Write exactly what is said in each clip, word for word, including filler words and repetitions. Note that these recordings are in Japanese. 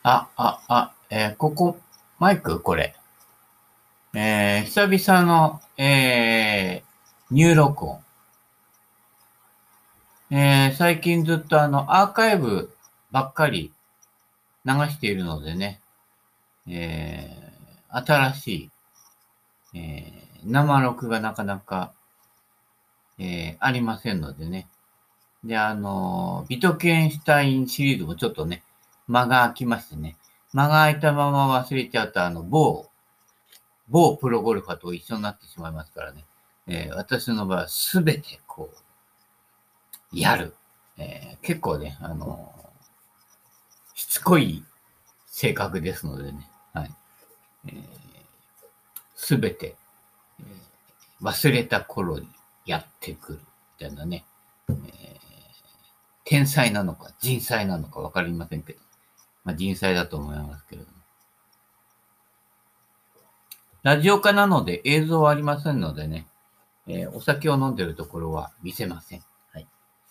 あ、あ、あ、えーここ、マイクこれ。えー久々の、えーニュー録音。えー最近ずっとあの、アーカイブばっかり流しているのでね、えー新しい、えー生録がなかなか、えーありませんのでね。で、あの、ビトケンシュタインシリーズもちょっとね、間が空きましてね。間が空いたまま忘れちゃうと、あの、某、某プロゴルファーと一緒になってしまいますからね。えー私の場合はすべてこう、やる。えー結構ね、あのしつこい性格ですのでね。はい。すべて、えー忘れた頃にやってくる。みたいなね。えー天才なのか人才なのかわかりませんけど。まあ、人才だと思いますけれども。ラジオ化なので映像はありませんのでね。えーお酒を飲んでるところは見せません。はい。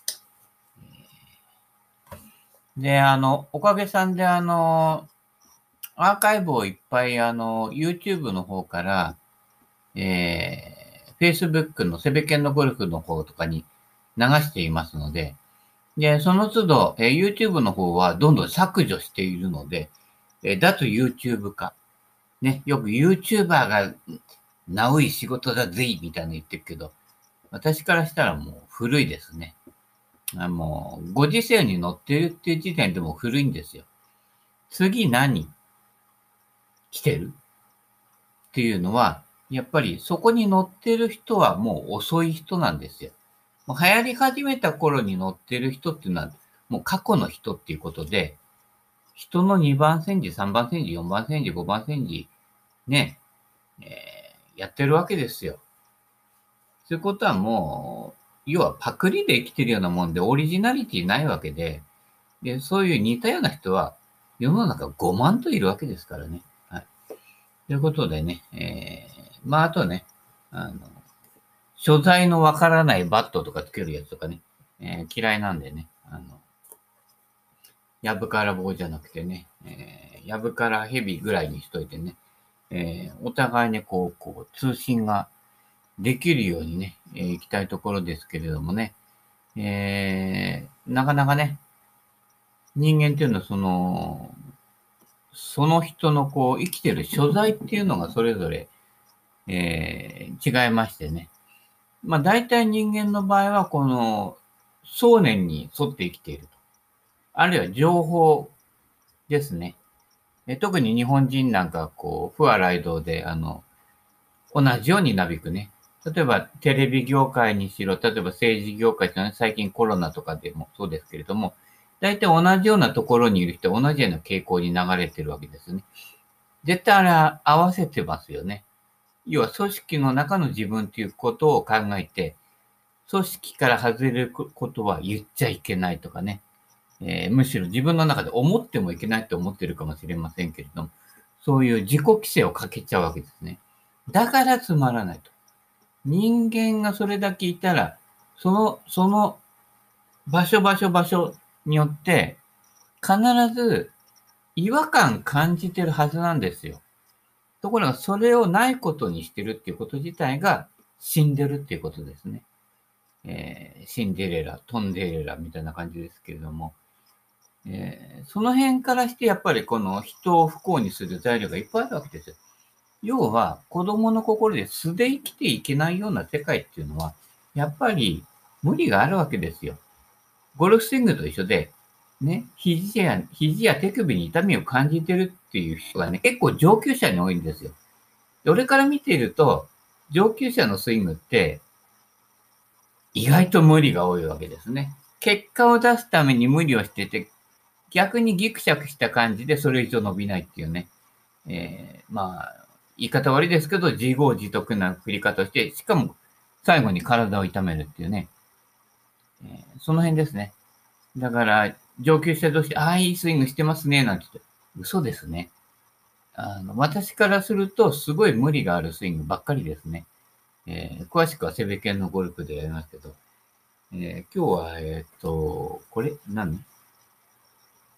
で、あの、おかげさんで、あの、アーカイブをいっぱい、あの、YouTube の方から、えー、Facebook のセベケンのゴルフの方とかに流していますので、で、その都度、えー YouTube の方はどんどん削除しているので、えー、だと YouTube 化。ね、よく YouTuber が、なおい仕事だぜいみたいなの言ってるけど、私からしたらもう古いですね。あもう、ご時世に乗ってるっていう時点でも古いんですよ。次何来てるっていうのは、やっぱりそこに乗ってる人はもう遅い人なんですよ。もう流行り始めた頃に乗ってる人っていうのは、もう過去の人っていうことで、人のにばん煎じ、さんばん煎じ、よんばん煎じ、ごばん煎じ、ね、えーやってるわけですよ。そういうことはもう、要はパクリで生きてるようなもんで、オリジナリティないわけで、で、そういう似たような人は、世の中ごまんといるわけですからね。はい。ということでね、えー、まあ、あとね、あの、所在のわからないバットとかつけるやつとかね、えー嫌いなんでね、あの、やぶから棒じゃなくてね、えー、やぶからヘビぐらいにしといてね、えー、お互いにこう、こう、通信ができるようにね、えー行きたいところですけれどもね、えー、なかなかね、人間っていうのはその、その人のこう、生きてる所在っていうのがそれぞれ、えー、違いましてね。まあ大体人間の場合はこの、想念に沿って生きていると。あるいは情報ですね。え特に日本人なんかこう、不和雷道で、あの、同じようになびくね。例えばテレビ業界にしろ、例えば政治業界ってね、最近コロナとかでもそうですけれども、大体同じようなところにいる人は同じような傾向に流れてるわけですね。絶対あれは合わせてますよね。要は組織の中の自分っていうことを考えて、組織から外れることは言っちゃいけないとかね。えーむしろ自分の中で思ってもいけないと思ってるかもしれませんけれども、そういう自己規制をかけちゃうわけですね。だからつまらないと。人間がそれだけいたら、その、その場所場所場所によって、必ず違和感感じてるはずなんですよ。ところが、それをないことにしてるっていうこと自体が死んでるっていうことですね。えーシンデレラ、トンデレラみたいな感じですけれども、えーその辺からしてやっぱりこの人を不幸にする材料がいっぱいあるわけですよ。要は子供の心で素で生きていけないような世界っていうのは、やっぱり無理があるわけですよ。ゴルフスイングと一緒で、ね、肘や、肘や手首に痛みを感じてるっていう人がね、結構上級者に多いんですよ。で俺から見ていると、上級者のスイングって意外と無理が多いわけですね。結果を出すために無理をしてて、逆にギクシャクした感じでそれ以上伸びないっていうね。えー、まあ、言い方悪いですけど、自業自得な振り方をして、しかも最後に体を痛めるっていうね。えーその辺ですね。だから、上級者同士で、ああ、いいスイングしてますね、なんて言って、嘘ですね。あの、私からすると、すごい無理があるスイングばっかりですね。えー詳しくはセベケンのゴルフでやりますけど、えー今日は、えっと、これ、何あ、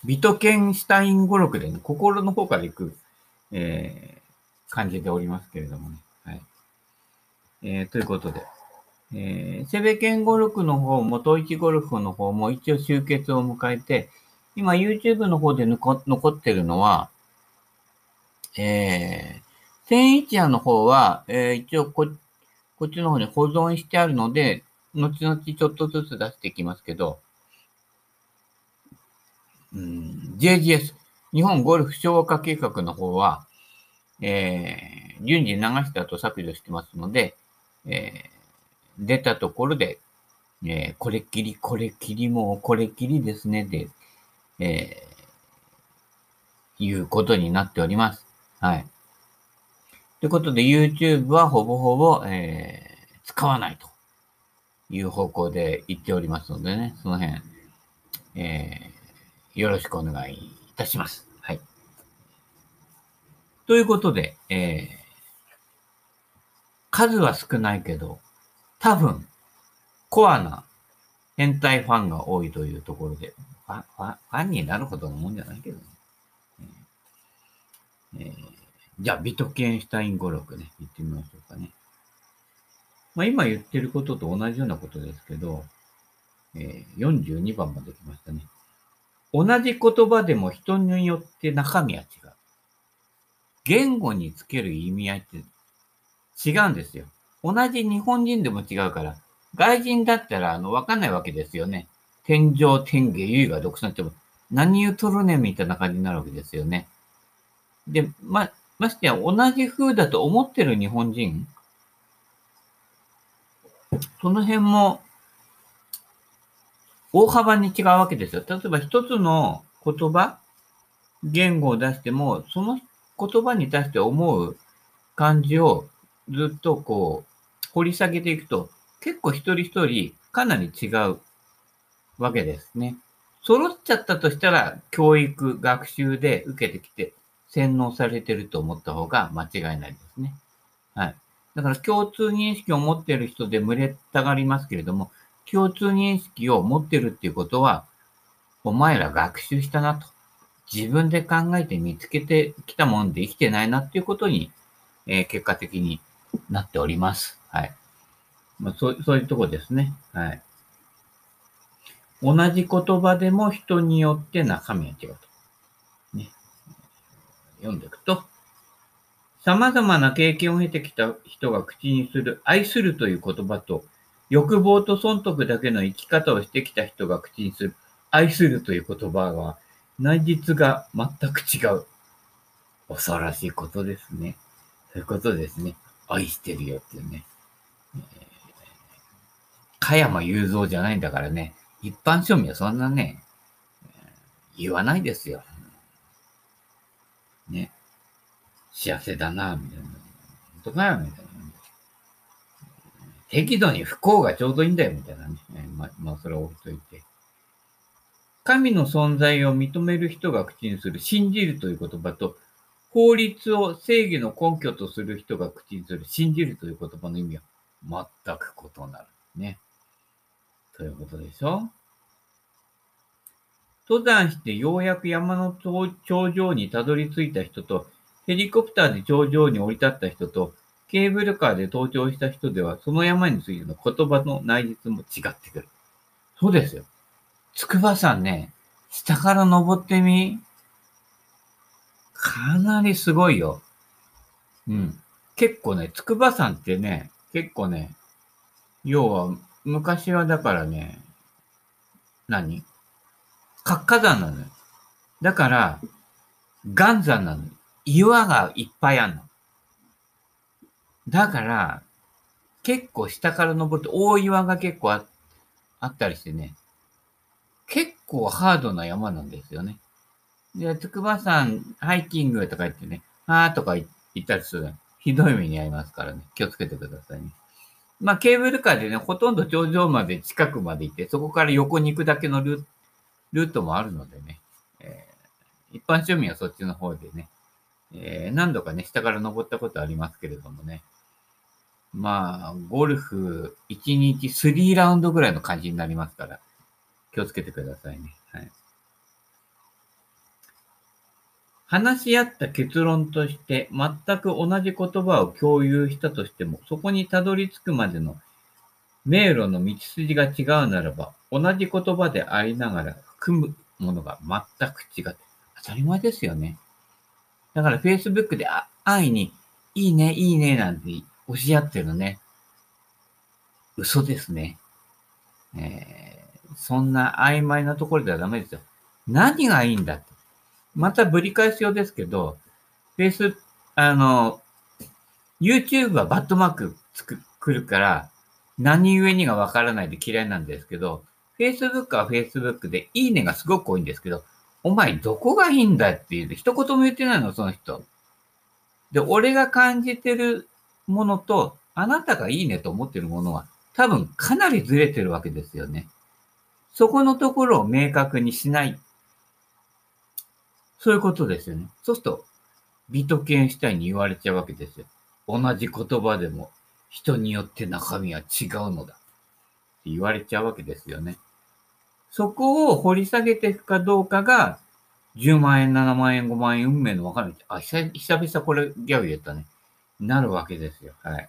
ビトケンシュタイン語録でね、心の方から行く、えー、感じでおりますけれどもね。はい。えー、ということで、えー、セベケン語録の方も、統一ゴルフの方も一応終結を迎えて、今 YouTube の方で残残ってるのは、えー、千一夜の方は、えー、一応こ、こっちの方に保存してあるので、後々ちょっとずつ出していきますけど、うん、ジェージーエス、日本ゴルフ昭和化計画の方は、えー、順次流した後削除してますので、えー、出たところで、えー、これっきり、これっきり、もうこれっきりですね、で、えー、いうことになっております。はい。ということで、YouTube はほぼほぼ、えー、使わないという方向で言っておりますのでね、その辺、えー、よろしくお願いいたします。はい。ということで、えー、数は少ないけど、多分、コアな変態ファンが多いというところで、ファンファンファンになるほどのもんじゃないけどね。えー、じゃあ、ビトケンシュタイン語録ね、言ってみましょうかね。まあ、今言ってることと同じようなことですけど、えー、よんじゅうにばんまで来ましたね。同じ言葉でも人によって中身は違う。言語につける意味合いって違うんですよ。同じ日本人でも違うから、外人だったらあのわかんないわけですよね。天上天下唯我独尊っても何言うとるねんみたいな感じになるわけですよね。で、ま、ましてや同じ風だと思ってる日本人、その辺も大幅に違うわけですよ。例えば一つの言葉、言語を出しても、その言葉に対して思う感じをずっとこう、掘り下げていくと、結構一人一人かなり違うわけですね。揃っちゃったとしたら、教育、学習で受けてきて、洗脳されてると思った方が間違いないですね。はい。だから共通認識を持っている人で群れたがりますけれども、共通認識を持ってるっていうことは、お前ら学習したなと。自分で考えて見つけてきたもんで生きてないなっていうことに、えー結果的になっております。はい。まあ、そう、そういうとこですね。はい。同じ言葉でも人によって中身が違うと。ね。読んでいくと、様々な経験を経てきた人が口にする愛するという言葉と、欲望と損得だけの生き方をしてきた人が口にする愛するという言葉は、内実が全く違う。恐ろしいことですね。そういうことですね。愛してるよっていうね。加山雄三じゃないんだからね。一般庶民はそんなね、言わないですよ。ね。幸せだな、みたいな。本当かよ、みたいな。適度に不幸がちょうどいいんだよ、みたいなね。まあ、まあ、それは置いといて。神の存在を認める人が口にする信じるという言葉と、法律を正義の根拠とする人が口にする信じるという言葉の意味は全く異なる。ね。ということでしょ。登山してようやく山の頂上にたどり着いた人と、ヘリコプターで頂上に降り立った人と、ケーブルカーで登頂した人では、その山についての言葉の内実も違ってくる。そうですよ。筑波山ね、下から登ってみ、かなりすごいよ。うん。結構ね、筑波山ってね、結構ね、要は、昔はだからね、何活火山なのよ。だから、岩山なのよ。岩がいっぱいあるの。だから、結構下から登ると大岩が結構 あ, あったりしてね、結構ハードな山なんですよね。で、筑波山ハイキングとか言ってね、あーとか言ったりする。ひどい目に遭いますからね。気をつけてくださいね。まあ、ケーブルカーでね、ほとんど頂上まで近くまで行って、そこから横に行くだけのルルートもあるのでね、えー、一般庶民はそっちの方でね、えー、何度かね、下から登ったことありますけれどもね、まあ、ゴルフいちにちさんラウンドぐらいの感じになりますから、気をつけてくださいね。はい。 話し合った結論として全く同じ言葉を共有したとしても、そこにたどり着くまでの迷路の道筋が違うならば、同じ言葉でありながら含むものが全く違って、当たり前ですよね。だから Facebook であ安易に、いいね、いいね、なんて押し合ってるのね。嘘ですね。えー、そんな曖昧なところではダメですよ。何がいいんだって。またぶり返すようですけど、フェイス、あの、YouTube はバットマークつく、来るから、何故にがわからないで嫌いなんですけど、Facebook は Facebook でいいねがすごく多いんですけど、お前どこがいいんだって言うて、一言も言ってないの、その人。で、俺が感じてるものと、あなたがいいねと思ってるものは、多分かなりずれてるわけですよね。そこのところを明確にしない。そういうことですよね。そうすると、ビトケンシュタインに言われちゃうわけですよ。同じ言葉でも人によって中身は違うのだって言われちゃうわけですよね。そこを掘り下げていくかどうかが、じゅうまんえん、ななまんえん、ごまんえん運命の分かれ道。あ、久々これギャグ言ったね。なるわけですよ。はい。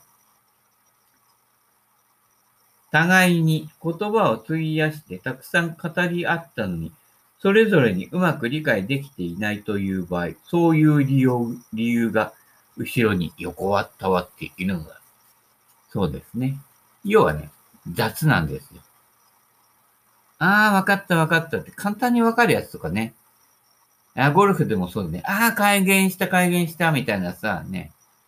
互いに言葉を費やしてたくさん語り合ったのに、それぞれにうまく理解できていないという場合、そういう理由理由が後ろに横わったわっているのだ。そうですね。要はね、雑なんですよ。ああ、わかったわかったって簡単にわかるやつとかね。あゴルフでもそうだね。ああ、改元した改元したみたいなさ、ね。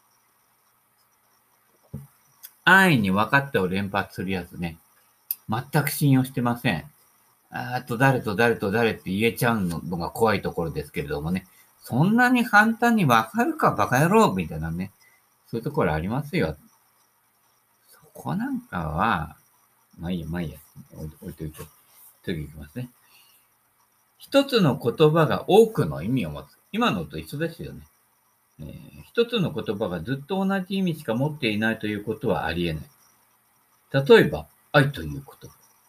安易に分かったを連発するやつね。全く信用してません。あと誰と誰と誰って言えちゃうのが怖いところですけれどもね。そんなに簡単にわかるかバカ野郎みたいなね。そういうところありますよ。そこなんかは、まあいいや、まあいいや。置いといて、次いきますね。一つの言葉が多くの意味を持つ。今のと一緒ですよね。えー一つの言葉がずっと同じ意味しか持っていないということはありえない。例えば、愛という言葉。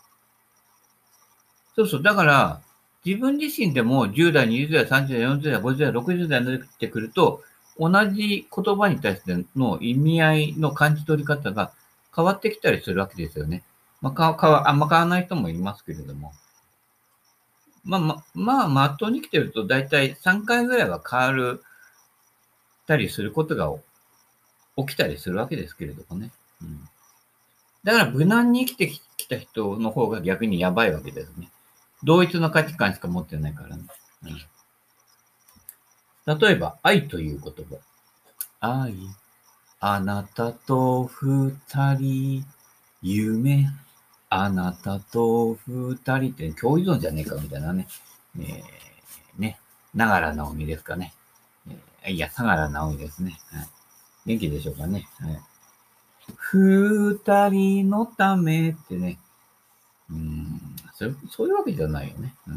そうそう。だから、自分自身でもじゅう代、にじゅう代、さんじゅう代、よんじゅう代、ごじゅう代、ろくじゅう代になってくると、同じ言葉に対しての意味合いの感じ取り方が変わってきたりするわけですよね。まあ、かかわあんま変わらない人もいますけれども。まあま、まあ、まっとうに生きてると大体さんかいぐらいは変わるたりすることが起きたりするわけですけれどもね。うん、だから無難に生きてきた人の方が逆にやばいわけですね。同一の価値観しか持ってないからね。うん、例えば、愛という言葉。愛、あなたと二人、夢、あなたと二人って共依存じゃねえかみたいなね。えー、ね。ながら直美ですかね。えー、いや、相良直美ですね。はい。元気でしょうかね。はい。二人のためってね。うーんそ、そういうわけじゃないよね。うん。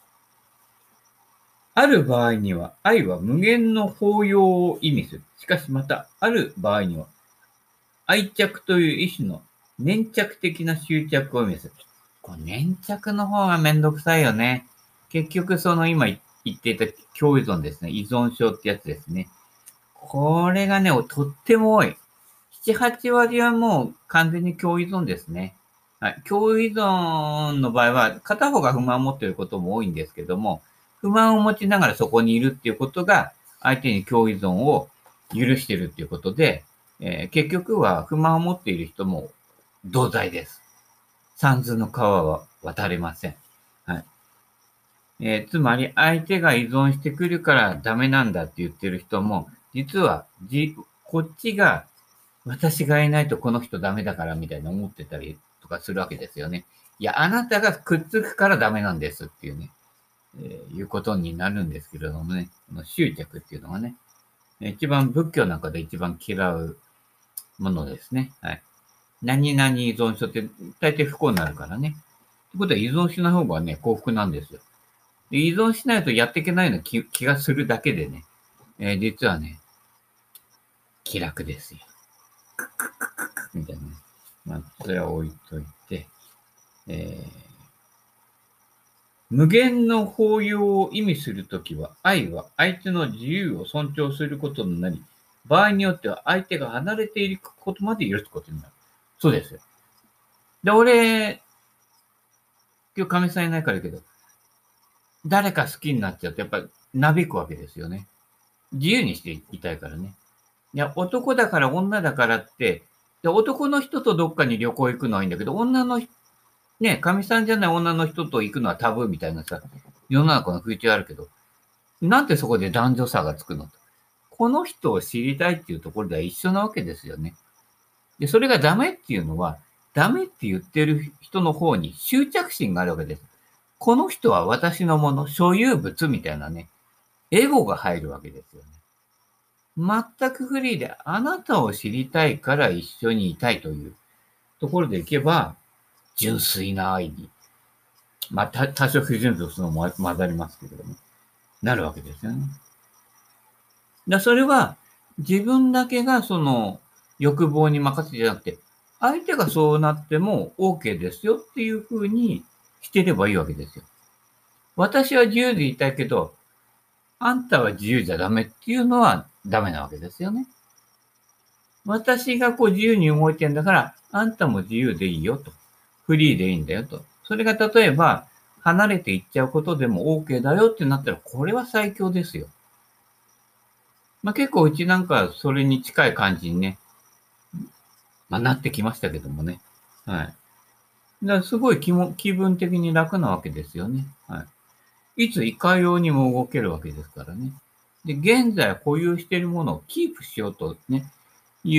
ある場合には、愛は無限の包容を意味する。しかしまた、ある場合には、愛着という一種の粘着的な執着を意味する。この粘着の方がめんどくさいよね。結局、その今言っていた共依存ですね。依存症ってやつですね。これがね、とっても多い。なな、はち割はもう完全に共依存ですね。はい。共依存の場合は、片方が不満を持っていることも多いんですけども、不満を持ちながらそこにいるっていうことが、相手に共依存を許しているっていうことで、えー結局は不満を持っている人も同罪です。三途の川は渡れません。はい。えーつまり、相手が依存してくるからダメなんだって言ってる人も、実はじ、こっちが私がいないとこの人ダメだからみたいな思ってたりとかするわけですよね。いや、あなたがくっつくからダメなんですっていうね、えーいうことになるんですけれどもね、この執着っていうのがね、一番仏教なんかで一番嫌うものですね。はい。何々依存症って大抵不幸になるからね。ってことは依存しない方がね、幸福なんですよ。で依存しないとやっていけないような気気がするだけでね、えー実はね、気楽ですよ。みたいなね。まあ、それは置いといて、えー、 無限の包容を意味するときは、愛は相手の自由を尊重することになり、場合によっては相手が離れていることまで許すことになる。そうですよ。で、俺、今日神さんいないから言うけど、誰か好きになっちゃうと、やっぱりなびくわけですよね。自由にしていたいからね。いや、男だから女だからって、で男の人とどっかに旅行行くのはいいんだけど、女の人、ね、神さんじゃない女の人と行くのはタブーみたいなさ、世の中の風潮あるけど、なんでそこで男女差がつくのと。この人を知りたいっていうところでは一緒なわけですよね。で、それがダメっていうのは、ダメって言ってる人の方に執着心があるわけです。この人は私のもの、所有物みたいなね、エゴが入るわけですよね。全くフリーで、あなたを知りたいから一緒にいたいというところでいけば、純粋な愛に、まあ、多少不純素も混ざりますけれども、なるわけですよね。だそれは、自分だけがその欲望に任せてじゃなくて、相手がそうなっても OK ですよっていうふうにしてればいいわけですよ。私は自由でいたいけど、あんたは自由じゃダメっていうのはダメなわけですよね。私がこう自由に動いてんだから、あんたも自由でいいよと。フリーでいいんだよと。それが例えば、離れていっちゃうことでも OK だよってなったら、これは最強ですよ。まあ、結構うちなんかそれに近い感じにね、まあ、なってきましたけどもね。はい。だからすごい気も気分的に楽なわけですよね。はい。いついかようにも動けるわけですからね。で、現在保有しているものをキープしようとね、いう、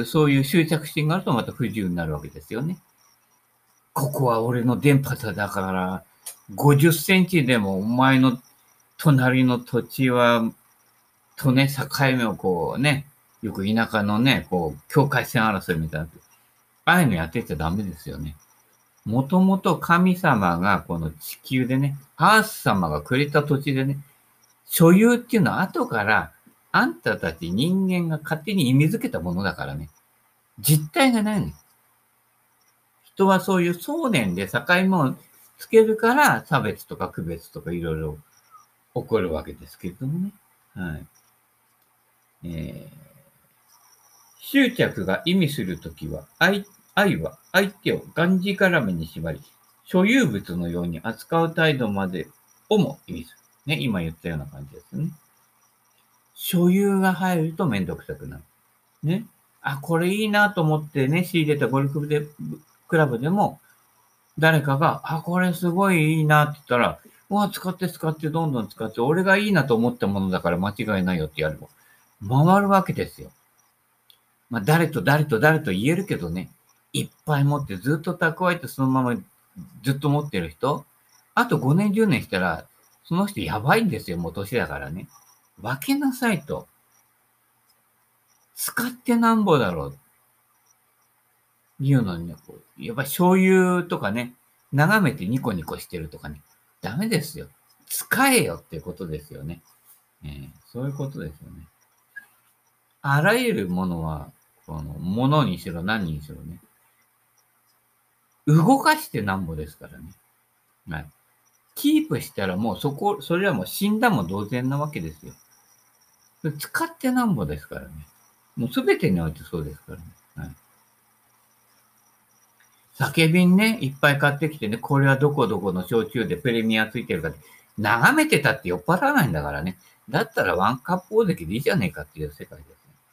そういう執着心があるとまた不自由になるわけですよね。ここは俺の電波だから、ごじゅっセンチでもお前の隣の土地は、とね、境目をこうね、よく田舎のね、こう、境界線争いみたいな。ああいうのやってちゃダメですよね。もともと神様がこの地球でね、アース様がくれた土地でね、所有っていうのは後から、あんたたち人間が勝手に意味づけたものだからね。実体がないの。人はそういう想念で境目をつけるから、差別とか区別とかいろいろ起こるわけですけれどもね。はい。えー、執着が意味するときは、愛、愛は相手をがんじがらめに縛り、所有物のように扱う態度までをも意味する。ね、今言ったような感じですね。所有が入るとめんどくさくなる。ね。あ、これいいなと思ってね、仕入れたゴルフでクラブでも、誰かが、あ、これすごいいいなって言ったら、うわ、使って使ってどんどん使って、俺がいいなと思ったものだから間違いないよってやれば、回るわけですよ。まあ、誰と誰と誰と言えるけどね、いっぱい持ってずっと蓄えてそのままずっと持ってる人、あとごねんじゅうねんしたら、その人やばいんですよ、もう年だからね。分けなさいと。使ってなんぼだろう。いうのにね、こう、やっぱ醤油とかね、眺めてニコニコしてるとかね、ダメですよ。使えよっていうことですよね。えー、そういうことですよね。あらゆるものは、この、ものにしろ何にしろね、動かしてなんぼですからね。はい。キープしたらもうそこ、それはもう死んだも同然なわけですよ。使ってなんぼですからね。もうすべてにおいてそうですからね。はい。酒瓶ね、いっぱい買ってきてね、これはどこどこの焼酎でプレミアついてるかって、眺めてたって酔っ払わないんだからね。だったらワンカップ大関でいいじゃねえかっていう世界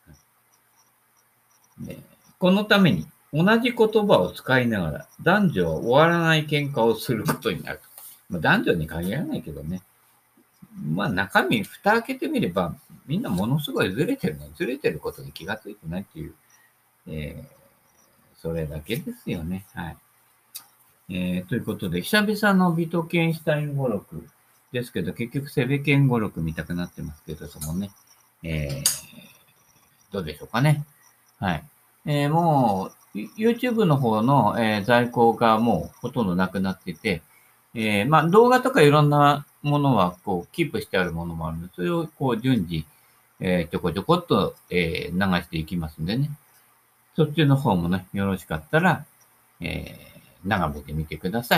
ですね。でこのために、同じ言葉を使いながら、男女は終わらない喧嘩をすることになる。まあ、男女に限らないけどね。まあ中身、蓋開けてみれば、みんなものすごいずれてるの。ずれてることに気がついてないっていう、えー、それだけですよね。はい。えー、ということで、久々のビトケンシュタイン語録ですけど、結局セベケン語録見たくなってますけどもね、えー、どうでしょうかね。はい。えー、もう、YouTube の方の、えー、在庫がもうほとんどなくなってて、えー、まあ動画とかいろんなものはこうキープしてあるものもあるので、それをこう順次、えー、ちょこちょこっと、えー、流していきますんでね。そっちの方もね、よろしかったら、えー、眺めてみてください。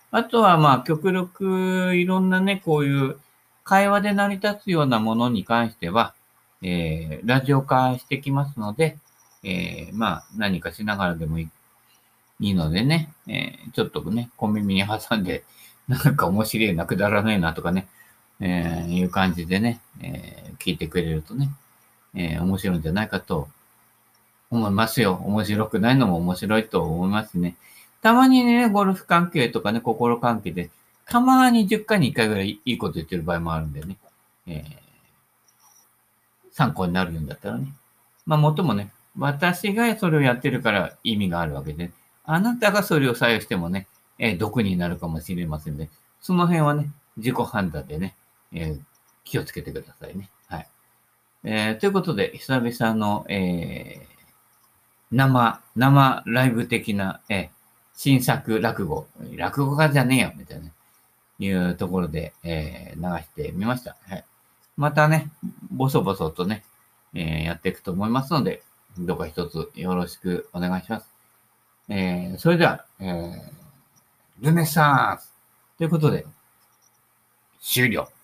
あとは、まあ、極力、いろんなね、こういう会話で成り立つようなものに関しては、えー、ラジオ化してきますので、えー、まあ、何かしながらでもいいいいのでね、えー、ちょっとね、小耳に挟んで、なんか面白いな、くだらないなとかね、えー、いう感じでね、えー、聞いてくれるとね、えー、面白いんじゃないかと思いますよ。面白くないのも面白いと思いますね。たまにね、ゴルフ関係とかね、心関係で、たまにじゅっかいにいっかいぐらいいいこと言ってる場合もあるんでね、えー、参考になるんだったらね。まあ、もっともね、私がそれをやってるから意味があるわけで、あなたがそれを採用してもね、えー毒になるかもしれませんので、その辺はね、自己判断でね、えー気をつけてくださいね。はい。えーということで、久々の、えー生、生ライブ的な、えー新作落語、落語家じゃねえよ、みたいな、いうところで、えー流してみました。はい。またね、ボソボソとね、えーやっていくと思いますので、どうか一つよろしくお願いします。えーそれでは、えールネサンスということで、終了。